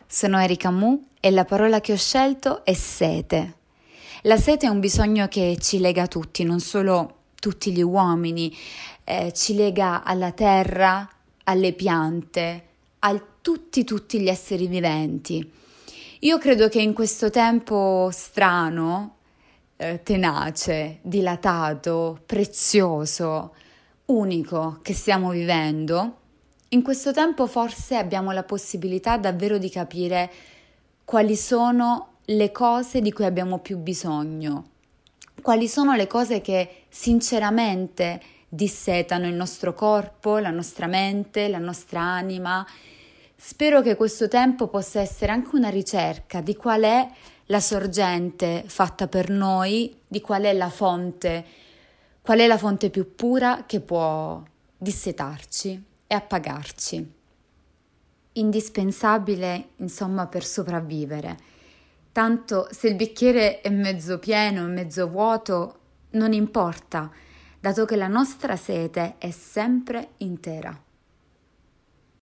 sono Erika Mu e la parola che ho scelto è sete. La sete è un bisogno che ci lega a tutti, non solo tutti gli uomini, ci lega alla terra, alle piante, a tutti gli esseri viventi. Io credo che in questo tempo strano, tenace, dilatato, prezioso, unico che stiamo vivendo, in questo tempo forse abbiamo la possibilità davvero di capire quali sono le cose di cui abbiamo più bisogno, quali sono le cose che sinceramente dissetano il nostro corpo, la nostra mente, la nostra anima. Spero che questo tempo possa essere anche una ricerca di qual è la sorgente fatta per noi, di qual è la fonte più pura che può dissetarci e appagarci. Indispensabile, insomma, per sopravvivere. Tanto se il bicchiere è mezzo pieno o mezzo vuoto, non importa, dato che la nostra sete è sempre intera.